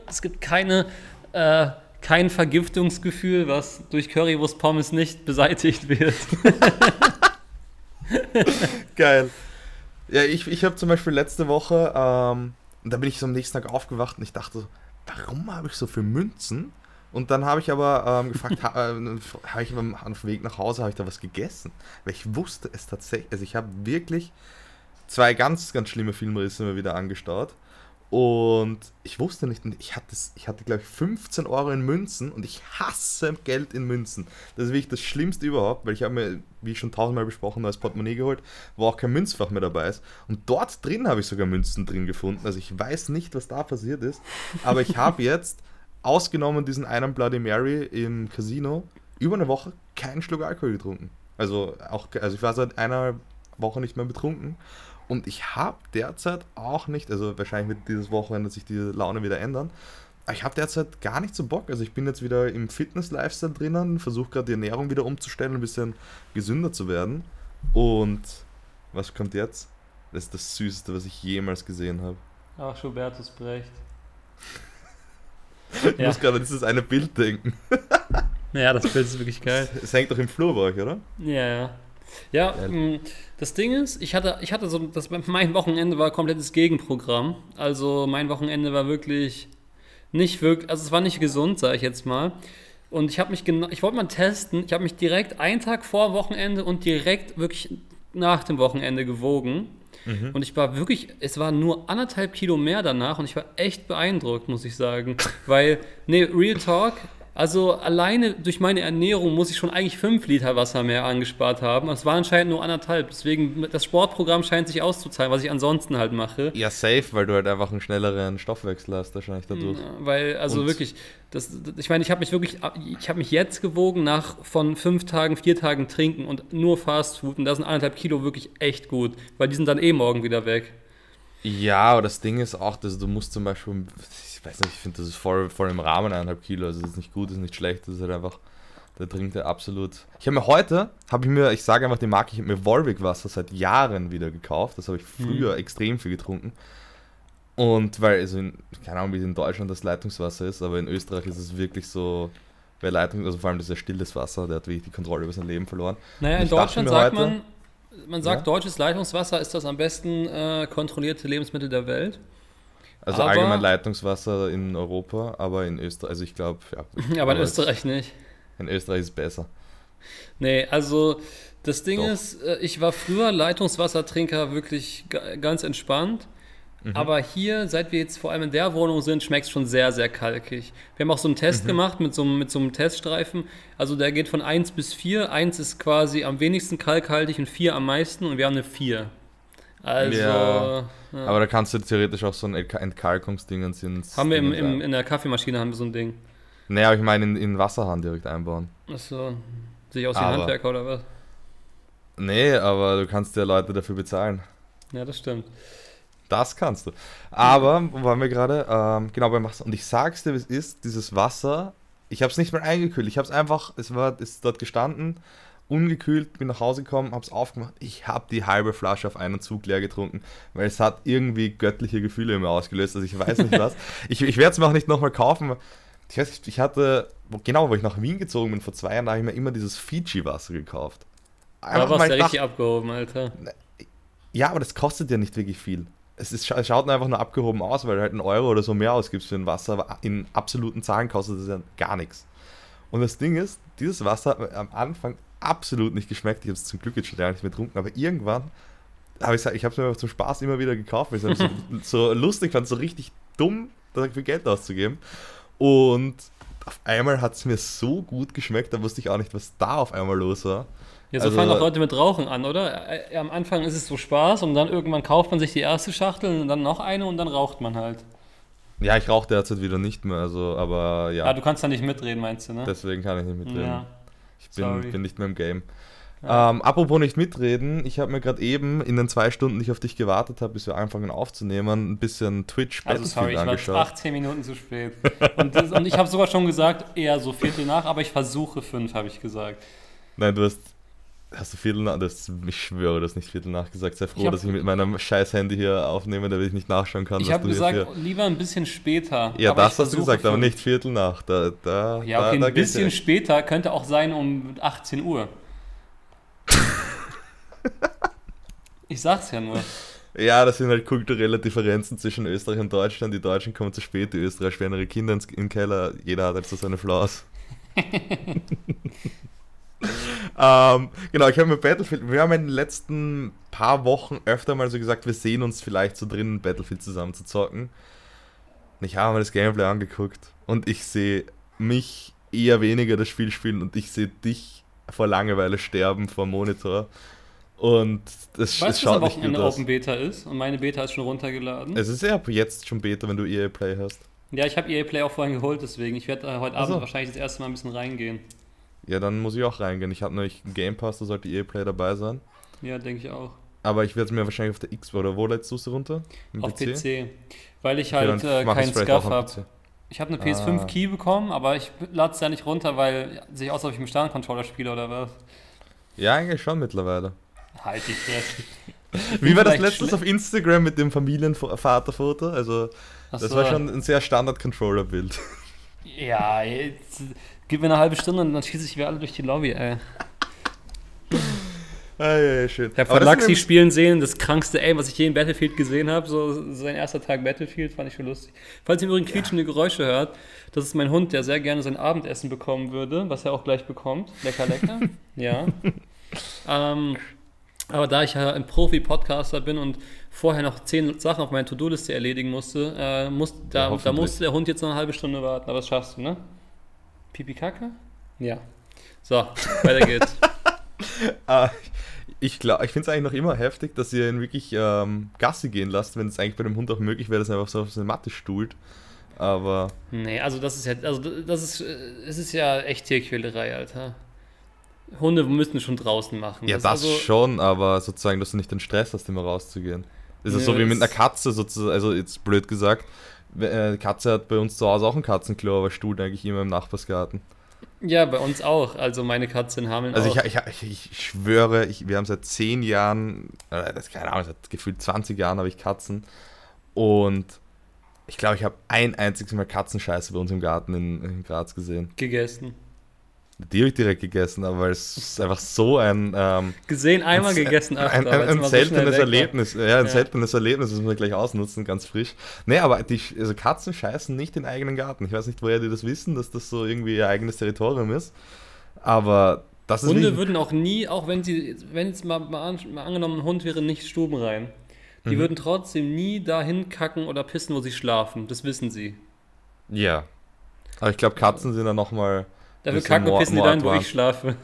kein Vergiftungsgefühl, was durch Currywurst Pommes nicht beseitigt wird. Geil. Ja, ich habe zum Beispiel letzte Woche, da bin ich so am nächsten Tag aufgewacht und ich dachte so, warum habe ich so viele Münzen? Und dann habe ich aber gefragt, habe ich auf dem Weg nach Hause, habe ich da was gegessen? Weil ich wusste es tatsächlich, also ich habe wirklich 2 ganz, ganz schlimme Filmrisse mir wieder angestaut. Und ich wusste nicht, ich hatte glaube ich 15 Euro in Münzen und ich hasse Geld in Münzen. Das ist wirklich das Schlimmste überhaupt, weil ich habe mir, wie schon 1000-mal besprochen, ein neues Portemonnaie geholt, wo auch kein Münzfach mehr dabei ist. Und dort drin habe ich sogar Münzen drin gefunden. Also ich weiß nicht, was da passiert ist, aber ich habe jetzt, ausgenommen diesen einen Bloody Mary im Casino, über eine Woche keinen Schluck Alkohol getrunken. Also ich war seit einer Woche nicht mehr betrunken. Und ich habe derzeit auch nicht, also wahrscheinlich wird dieses Wochenende sich die Laune wieder ändern, aber ich habe derzeit gar nicht so Bock. Also ich bin jetzt wieder im Fitness-Lifestyle drinnen, versuche gerade die Ernährung wieder umzustellen, ein bisschen gesünder zu werden. Und was kommt jetzt? Das ist das Süßeste, was ich jemals gesehen habe. Ach, Schubertus Brecht. Ich Ja. muss gerade an dieses eine Bild denken. Ja, das Bild ist wirklich geil. Es hängt doch im Flur bei euch, oder? Ja, ja. Ja, Geil. das Ding ist, mein Wochenende war komplettes Gegenprogramm. Also mein Wochenende war wirklich nicht wirklich, also es war nicht gesund, sage ich jetzt mal. Und ich wollte mal testen, ich habe mich direkt einen Tag vor Wochenende und direkt wirklich nach dem Wochenende gewogen. Und es war nur 1,5 Kilo mehr danach und ich war echt beeindruckt, muss ich sagen. Weil, Real Talk, Also alleine durch meine Ernährung muss ich schon eigentlich 5 Liter Wasser mehr angespart haben. Es war anscheinend nur 1,5. Deswegen, das Sportprogramm scheint sich auszuzahlen, was ich ansonsten halt mache. Ja, safe, weil du halt einfach einen schnelleren Stoffwechsel hast, wahrscheinlich dadurch. Ja, weil, also Und wirklich, ich meine, ich habe mich jetzt gewogen von 5 Tagen, 4 Tagen trinken und nur Fast Food. Und da sind 1,5 Kilo wirklich echt gut, weil die sind dann morgen wieder weg. ja, aber das Ding ist auch, dass du musst zum Beispiel, ich weiß nicht, ich finde, das ist voll im Rahmen 1,5 Kilo. Also das ist nicht gut, das ist nicht schlecht, das ist halt einfach, da trinkt er absolut. Ich sage einfach die Marke, ich habe mir Volvic Wasser seit Jahren wieder gekauft. Das habe ich früher extrem viel getrunken. Und weil, also keine Ahnung, wie es in Deutschland das Leitungswasser ist, aber in Österreich ist es wirklich so, also vor allem das ist ja stilles Wasser, der hat wirklich die Kontrolle über sein Leben verloren. Naja, Und in ich dachte Deutschland mir sagt heute, man sagt, ja, deutsches Leitungswasser ist das am besten kontrollierte Lebensmittel der Welt. also Aber, allgemein Leitungswasser in Europa, aber in Österreich, also ich glaube, ja. aber in Österreich nicht. In Österreich ist es besser. Nee, also das Ding Doch. ist, ich war früher Leitungswassertrinker wirklich ganz entspannt. Aber hier, seit wir jetzt vor allem in der Wohnung sind, schmeckt es schon sehr, sehr kalkig. Wir haben auch so einen Test gemacht mit so einem Teststreifen. Also der geht von 1 bis 4. 1 ist quasi am wenigsten kalkhaltig und 4 am meisten und wir haben eine 4. Also, Ja, aber da kannst du theoretisch auch so ein Entkalkungsdingens ins haben wir Dingens ein. in der Kaffeemaschine haben wir so ein Ding. Nee, aber ich meine in Wasserhahn direkt einbauen. Achso, sehe ich aus wie ein Aber- Handwerker oder was? Nee, aber du kannst ja Leute dafür bezahlen. Ja, das stimmt. Das kannst du. Aber, wo waren wir gerade? Genau, beim Wasser. Und ich sag's dir, wie es ist, dieses Wasser, ich habe es nicht mal eingekühlt. Ich habe es einfach, ist dort gestanden, ungekühlt, bin nach Hause gekommen, habe es aufgemacht. Ich habe die halbe Flasche auf einen Zug leer getrunken, weil es hat irgendwie göttliche Gefühle in mir ausgelöst. Also ich weiß nicht was. Ich werde es mir auch nicht nochmal kaufen. Ich weiß nicht, wo ich nach Wien gezogen bin vor 2 Jahren, da habe ich mir immer dieses Fiji-Wasser gekauft. Da warst weil du ich ja richtig dachte, abgehoben, Alter. ja, aber das kostet ja nicht wirklich viel. Es schaut einfach nur abgehoben aus, weil du halt 1 € oder so mehr ausgibst für ein Wasser, aber in absoluten Zahlen kostet das ja gar nichts. Und das Ding ist, dieses Wasser hat mir am Anfang absolut nicht geschmeckt. Ich habe es zum Glück jetzt schon gar nicht mehr getrunken, aber irgendwann habe ich es mir zum Spaß immer wieder gekauft, weil ich es so lustig fand, so richtig dumm, dafür Geld auszugeben. Und auf einmal hat es mir so gut geschmeckt, da wusste ich auch nicht, was da auf einmal los war. Ja, so Also- fangen auch Leute mit Rauchen an, oder? Am Anfang ist es so Spaß und dann irgendwann kauft man sich die erste Schachtel und dann noch eine und dann raucht man halt. Ja, ich rauche derzeit wieder nicht mehr, also, aber ja, Ah, du kannst da nicht mitreden, meinst du, ne? deswegen kann ich nicht mitreden. Ja. Ich sorry. bin nicht mehr im Game. Ja. Apropos nicht mitreden, ich habe mir gerade eben in den 2 Stunden, die ich auf dich gewartet habe, bis wir anfangen aufzunehmen, ein bisschen Twitch Also sorry, Battlefield ich war angeschaut. 18 Minuten zu spät. Und ich habe sogar schon gesagt, eher so Viertel nach, aber ich versuche 5, habe ich gesagt. Nein, hast du Viertel nach, ich schwöre, du hast nicht Viertel nach gesagt. Sei froh, Ich hab- dass ich mit meinem scheiß Handy hier aufnehme, damit ich nicht nachschauen kann. Ich was habe du gesagt, hier lieber ein bisschen später. ja, aber das ich hast du versuche gesagt, aber 5. nicht Viertel nach. Ja, okay, da ein geht's bisschen direkt. später könnte auch sein um 18 Uhr. Ich sag's ja nur. Ja, das sind halt kulturelle Differenzen zwischen Österreich und Deutschland. Die Deutschen kommen zu spät, die Österreicher sperren ihre Kinder im Keller. Jeder hat halt so seine Flaws. Genau, ich habe mit Battlefield, wir haben in den letzten paar Wochen öfter mal so gesagt, wir sehen uns vielleicht so drin, Battlefield zusammen zu zocken. Und ich habe mir das Gameplay angeguckt und ich sehe mich eher weniger das Spiel spielen und ich sehe dich vor Langeweile sterben vor dem Monitor. Und das Weißt du, was schaut am nicht gut Wochenende aus. Open Beta ist? Und meine Beta ist schon runtergeladen. Es ist ja ab jetzt schon Beta, wenn du EA Play hast. Ja, ich habe EA Play auch vorhin geholt, deswegen. Ich werde heute Ach Abend so. wahrscheinlich das erste Mal ein bisschen reingehen. Ja, dann muss ich auch reingehen. Ich habe nämlich einen Game Pass, da sollte EA Play dabei sein. Ja, denke ich auch. Aber ich werde es mir wahrscheinlich auf der Xbox oder wo lädst du es runter? Im Auf PC. Weil ich Okay, halt dann mach ich's keinen vielleicht auch Scuff am habe. PC. Ich habe eine PS5 Key bekommen, aber ich lade es ja nicht runter, weil sehe ich aus, als ob ich mit Sterncontroller spiele oder was. Ja, eigentlich schon mittlerweile. Halt die Fresse. Wie war das Vielleicht letztens auf Instagram mit dem Familienvaterfoto? Also, Ach das so. war schon ein sehr Standard-Controller-Bild. Ja, jetzt gib mir eine halbe Stunde und dann schieße ich wir alle durch die Lobby, ey. Ja, schön. Ich habe Aber von das Laxi sind spielen sehen, das krankste Aim, was ich je in Battlefield gesehen habe. So sein erster Tag Battlefield, fand ich schon lustig. Falls ihr im Übrigen quietschende Geräusche hört, das ist mein Hund, der sehr gerne sein Abendessen bekommen würde, was er auch gleich bekommt. Lecker, lecker. Ja. Aber da ich ja ein Profi-Podcaster bin und vorher noch 10 Sachen auf meiner To-Do-Liste erledigen musste, Ja, da hoffentlich. musste der Hund jetzt noch eine halbe Stunde warten. Aber das schaffst du, ne? Pipi Kacke? Ja. So, weiter geht's. Ich finde es eigentlich noch immer heftig, dass ihr ihn wirklich Gassi gehen lasst, wenn es eigentlich bei dem Hund auch möglich wäre, dass er einfach so auf seine Matte stuhlt. Aber. Nee, also das ist ja, es ist ja echt Tierquälerei, Alter. Hunde müssen schon draußen machen. Ja, das also, schon, aber sozusagen, dass du nicht den Stress hast, immer rauszugehen. Das ist Nö, so wie mit einer Katze, sozusagen, also jetzt blöd gesagt. Die Katze hat bei uns zu Hause auch ein Katzenklo, aber stuhlt eigentlich immer im Nachbarsgarten. Ja, bei uns auch. Also meine Katze in Hameln Also auch. ich schwöre, wir haben seit 10 Jahren, keine Ahnung, seit gefühlt 20 Jahren habe ich Katzen. Und ich glaube, ich habe ein einziges Mal Katzenscheiße bei uns im Garten in Graz gesehen. Gegessen. Die habe ich direkt gegessen, aber es ist einfach so ein Gesehen, einmal gegessen, öfter. ein seltenes Erlebnis. Ja, ein Ja. seltenes Erlebnis, das müssen wir gleich ausnutzen, ganz frisch. Nee, aber also Katzen scheißen nicht in den eigenen Garten. Ich weiß nicht, woher die das wissen, dass das so irgendwie ihr eigenes Territorium ist. Aber das ist Hunde nicht. würden auch nie, auch wenn es mal angenommen, ein Hund wäre nicht stubenrein, die würden trotzdem nie dahin kacken oder pissen, wo sie schlafen. Das wissen sie. Ja. Aber ich glaube, Katzen sind dann nochmal. Dafür kacken und pissen die dahin, wo ich schlafe.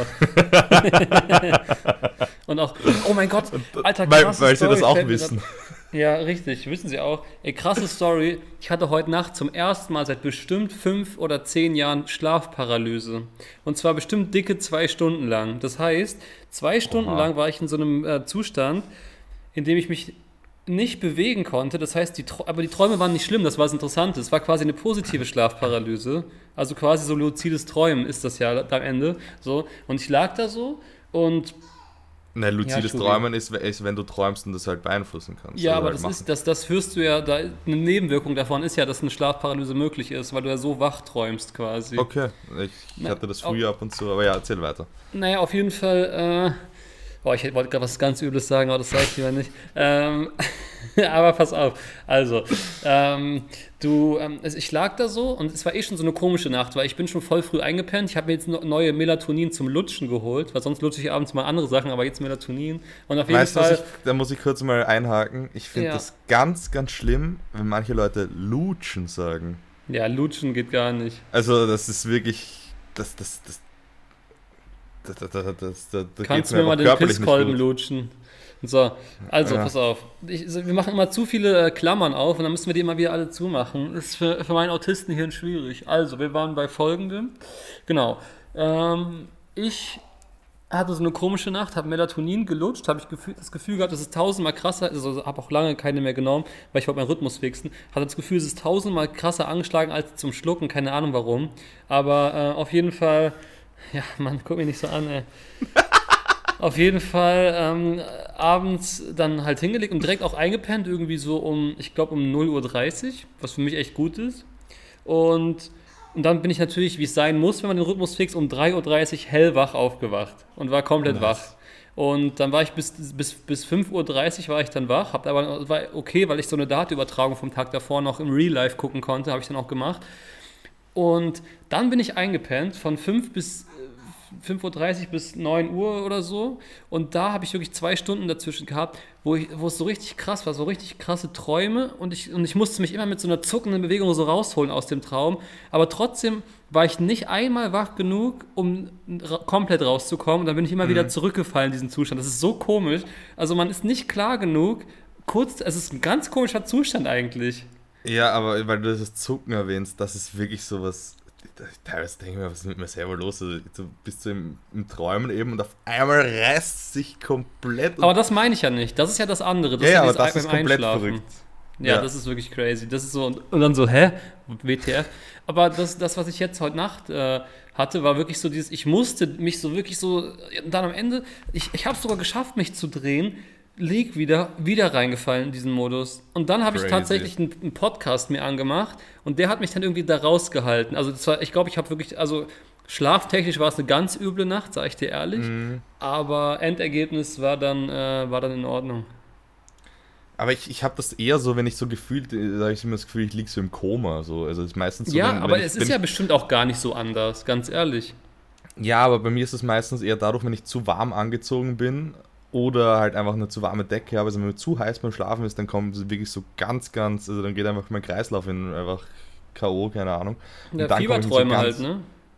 Und auch, oh mein Gott, Alter, krasse weil sie Story, das auch fällt mir wissen. Ja, richtig, wissen sie auch. Ey, krasse Story. Ich hatte heute Nacht zum ersten Mal seit bestimmt 5 oder 10 Jahren Schlafparalyse. Und zwar bestimmt dicke 2 Stunden lang. Das heißt, 2 Stunden lang war ich in so einem Zustand, in dem ich mich nicht bewegen konnte. Das heißt, aber die Träume waren nicht schlimm, das war das Interessante. Es war quasi eine positive Schlafparalyse. Also quasi so luzides Träumen ist das ja am Ende. So. Und ich lag da so und Ne, luzides Ja, Träumen ist, wenn du träumst und das halt beeinflussen kannst. ja, oder aber halt machen. das hörst du ja, eine Nebenwirkung davon ist ja, dass eine Schlafparalyse möglich ist, weil du ja so wach träumst quasi. Okay, ich Na, hatte das früher ab und zu, aber ja, erzähl weiter. Naja, auf jeden Fall, ich wollte gerade was ganz Übles sagen, aber das sage ich lieber nicht. Aber pass auf, also, ich lag da so und es war eh schon so eine komische Nacht, weil ich bin schon voll früh eingepennt. Ich habe mir jetzt neue Melatonin zum Lutschen geholt, weil sonst lutsche ich abends mal andere Sachen, aber jetzt Melatonin. Und auf jeden Weißt du, Fall. da muss ich kurz mal einhaken. Ich finde Ja. das ganz, ganz schlimm, wenn manche Leute lutschen sagen. Ja, Lutschen geht gar nicht. Also, das ist wirklich. Da Kannst geht's du mir mal einfach den körperlich nicht Pisskolben gut. lutschen? So, also, Ja. pass auf. Wir machen immer zu viele Klammern auf und dann müssen wir die immer wieder alle zumachen. Das ist für meinen Autistenhirn schwierig. Also, wir waren bei folgendem. Genau. Ich hatte so eine komische Nacht, habe Melatonin gelutscht, habe ich das Gefühl gehabt, es ist 1000-mal krasser, also habe auch lange keine mehr genommen, weil ich wollte meinen Rhythmus fixen. Hatte das Gefühl, es ist 1000-mal krasser angeschlagen als zum Schlucken, keine Ahnung warum. Aber auf jeden Fall, ja, Mann, guck mich nicht so an, ey. Auf jeden Fall abends dann halt hingelegt und direkt auch eingepennt, irgendwie so ich glaube um 0:30 Uhr, was für mich echt gut ist. Und dann bin ich natürlich, wie es sein muss, wenn man den Rhythmus fixt, um 3:30 Uhr hellwach aufgewacht und war komplett wach. Und dann war ich bis 5:30 Uhr war ich dann wach, war okay, weil ich so eine Datenübertragung vom Tag davor noch im Real Life gucken konnte, habe ich dann auch gemacht. Und dann bin ich eingepennt von 5:30 Uhr bis 9 Uhr oder so. Und da habe ich wirklich 2 Stunden dazwischen gehabt, wo es so richtig krass war, so richtig krasse Träume. Und ich musste mich immer mit so einer zuckenden Bewegung so rausholen aus dem Traum. Aber trotzdem war ich nicht einmal wach genug, um komplett rauszukommen. Und dann bin ich immer wieder zurückgefallen in diesen Zustand. Das ist so komisch. Also man ist nicht klar genug. Es ist ein ganz komischer Zustand eigentlich. Ja, aber weil du das Zucken erwähnst, das ist wirklich sowas. Teilweise denke ich mir, was ist mit mir selber los? Also, du bist so im Träumen eben und auf einmal reißt sich komplett. Aber das meine ich ja nicht. Das ist ja das andere. Das ja, ja aber das ist beim komplett Einschlafen. verrückt. Ja, Ja. das ist wirklich crazy. Das ist so, und dann so, hä? WTF? Aber das, was ich jetzt heute Nacht hatte, war wirklich so dieses, ich musste mich so wirklich so, dann am Ende, ich habe es sogar geschafft, mich zu drehen, lieg wieder reingefallen in diesen Modus. Und dann habe ich Crazy. tatsächlich einen Podcast mir angemacht und der hat mich dann irgendwie da rausgehalten. Also ich glaube, ich habe wirklich, also schlaftechnisch war es eine ganz üble Nacht, sage ich dir ehrlich. Aber Endergebnis war dann in Ordnung. Aber ich habe das eher so, wenn ich so gefühlt, da habe ich immer das Gefühl, ich liege so im Koma. So. Also es ist meistens so, Ja, wenn aber ich, es wenn ist ja bestimmt auch gar nicht so anders, ganz ehrlich. Ja, aber bei mir ist es meistens eher dadurch, wenn ich zu warm angezogen bin oder halt einfach eine zu warme Decke habe. Also wenn mir zu heiß beim Schlafen ist, dann kommt es wirklich so also dann geht einfach mein Kreislauf in einfach K.O., keine Ahnung. Und Ja, dann komme ich in Fieberträume halt, ne?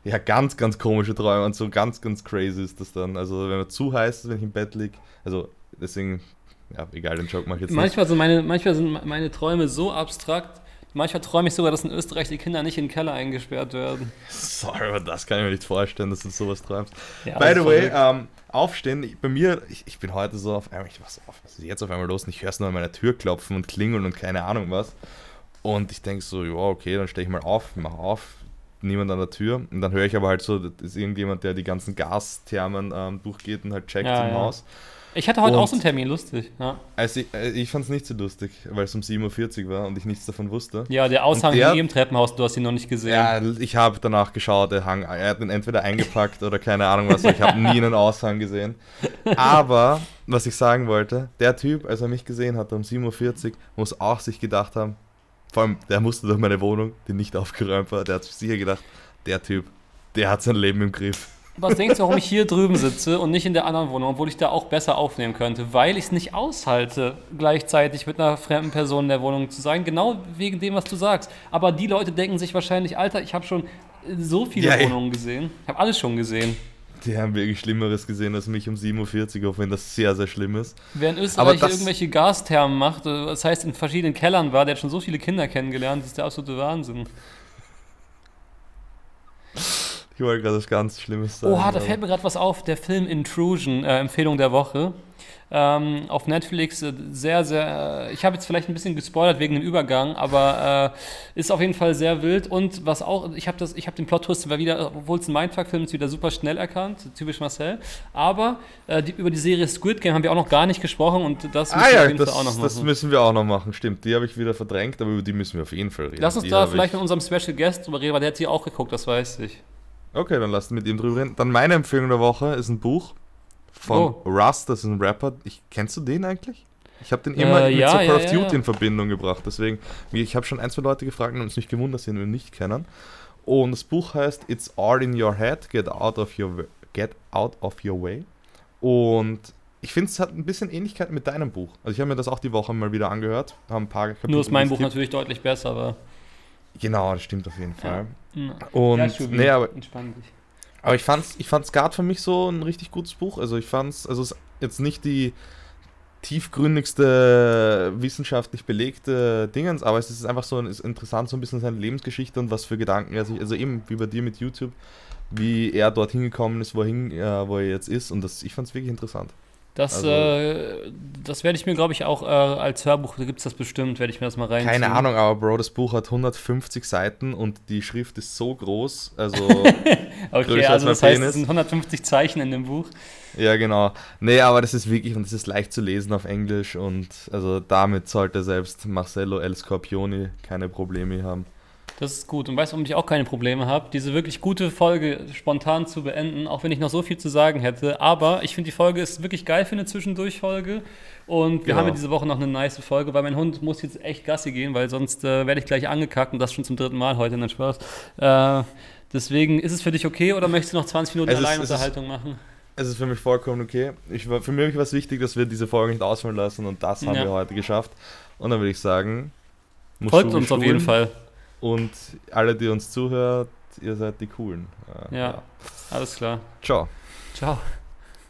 Ja, ganz, ganz komische Träume und so ganz, ganz crazy ist das dann. Also wenn man zu heiß ist, wenn ich im Bett liege, also deswegen, ja, egal, den Joke mache ich jetzt Manchmal sind meine Träume so abstrakt. Manchmal träume ich sogar, dass in Österreich die Kinder nicht in den Keller eingesperrt werden. Sorry, aber das kann ich mir nicht vorstellen, dass du sowas träumst. Ja, By the way, verrückt. aufstehen, bei mir, ich bin heute so auf einmal, was ist jetzt auf einmal los? Und ich höre es nur an meiner Tür klopfen und klingeln und keine Ahnung was. Und ich denke so, ja, okay, dann stehe ich mal auf, mach auf, niemand an der Tür. Und dann höre ich aber halt so, das ist irgendjemand, der die ganzen Gasthermen durchgeht und halt checkt Ja, im ja. Haus. Ich hatte heute Und auch so einen Termin, lustig. Ja, ich fand es nicht so lustig, weil es um 7:40 Uhr war und ich nichts davon wusste. ja, der Aushang Und der- im Treppenhaus, du hast ihn noch nicht gesehen. Ja, ich habe danach geschaut, er hat ihn entweder eingepackt oder keine Ahnung was, ich habe nie einen Aushang gesehen. Aber, was ich sagen wollte, der Typ, als er mich gesehen hat um 7:40 Uhr, muss auch sich gedacht haben, vor allem, der musste durch meine Wohnung, die nicht aufgeräumt war, der hat sich sicher gedacht, der Typ, der hat sein Leben im Griff. Was denkst du, warum ich hier drüben sitze und nicht in der anderen Wohnung, obwohl ich da auch besser aufnehmen könnte? Weil ich es nicht aushalte, gleichzeitig mit einer fremden Person in der Wohnung zu sein. Genau wegen dem, was du sagst. Aber die Leute denken sich wahrscheinlich, Alter, ich habe schon so viele Ja, ey. Wohnungen gesehen. Ich habe alles schon gesehen. Die haben wirklich Schlimmeres gesehen als mich um 7:40 Uhr, auch wenn das sehr, sehr schlimm ist. Wer in Aber Österreich das- irgendwelche Gasthermen macht, das heißt in verschiedenen Kellern war, der hat schon so viele Kinder kennengelernt, das ist der absolute Wahnsinn. Ich wollte gerade was ganz Schlimmes sagen. Oha, da aber- fällt mir gerade was auf. Der Film Intrusion, Empfehlung der Woche. Auf Netflix, sehr, sehr. Ich habe jetzt vielleicht ein bisschen gespoilert wegen dem Übergang, aber ist auf jeden Fall sehr wild. Und was auch, ich habe den Plot-Twist wieder, obwohl es ein Mindfuck-Film ist, wieder super schnell erkannt, typisch Marcel. Aber über die Serie Squid Game haben wir auch noch gar nicht gesprochen und das müssen wir ja, auf jeden Fall auch noch das machen. müssen wir auch noch machen, stimmt. Die habe ich wieder verdrängt, aber über die müssen wir auf jeden Fall reden. Lass uns Die da habe vielleicht ich- mit unserem Special Guest drüber reden, weil der hat sie auch geguckt, das weiß ich. Okay, dann lasst mit ihm drüber reden. Dann meine Empfehlung der Woche ist ein Buch von Rust, das ist ein Rapper. Kennst du den eigentlich? Ich habe den immer mit ja, so Call ja, of Duty ja. in Verbindung gebracht. Deswegen, ich habe schon ein, zwei Leute gefragt und uns nicht gewundert, dass sie ihn nicht kennen. Und das Buch heißt It's All in Your Head, Get Out of Your Way. Und ich finde, es hat ein bisschen Ähnlichkeit mit deinem Buch. Also ich habe mir das auch die Woche mal wieder angehört. Habe ein paar Kapitel Nur ist mein Buch geskippt. natürlich deutlich besser, aber. Genau, das stimmt auf jeden Fall. Ja, Und Schubi, nee, aber entspann dich. ich fand's gerade für mich so ein richtig gutes Buch. Also ich fand's, also es ist jetzt nicht die tiefgründigste, wissenschaftlich belegte Dingens, aber es ist einfach so ist interessant, so ein bisschen seine Lebensgeschichte und was für Gedanken er sich, also eben wie bei dir mit YouTube, wie er dorthin gekommen ist, wo er jetzt ist und ich fand's wirklich interessant. Das, Also- das werde ich mir, glaube ich, auch als Hörbuch, da gibt es das bestimmt, werde ich mir das mal reinziehen. Keine Ahnung, aber Bro, das Buch hat 150 Seiten und die Schrift ist so groß, also Okay, größer also als das mein heißt, Penis. es sind 150 Zeichen in dem Buch. ja genau. Nee, aber das ist wirklich und das ist leicht zu lesen auf Englisch und also damit sollte selbst Marcello El Scorpioni keine Probleme haben. Das ist gut. Und weißt du, warum ich auch keine Probleme habe, diese wirklich gute Folge spontan zu beenden, auch wenn ich noch so viel zu sagen hätte. Aber ich finde, die Folge ist wirklich geil für eine Zwischendurch-Folge. Und wir Genau. haben ja diese Woche noch eine nice Folge, weil mein Hund muss jetzt echt Gassi gehen, weil sonst werde ich gleich angekackt und das schon zum 3. Mal heute, nein Spaß. Deswegen, ist es für dich okay oder möchtest du noch 20 Minuten Es ist- Alleinunterhaltung machen? Es ist für mich vollkommen okay. Für mich war es wichtig, dass wir diese Folge nicht ausfallen lassen und das haben Ja. wir heute geschafft. Und dann würde ich sagen, Folgt uns auf jeden Fall. Und alle, die uns zuhört, ihr seid die Coolen. Ja, alles klar. Ciao. Ciao.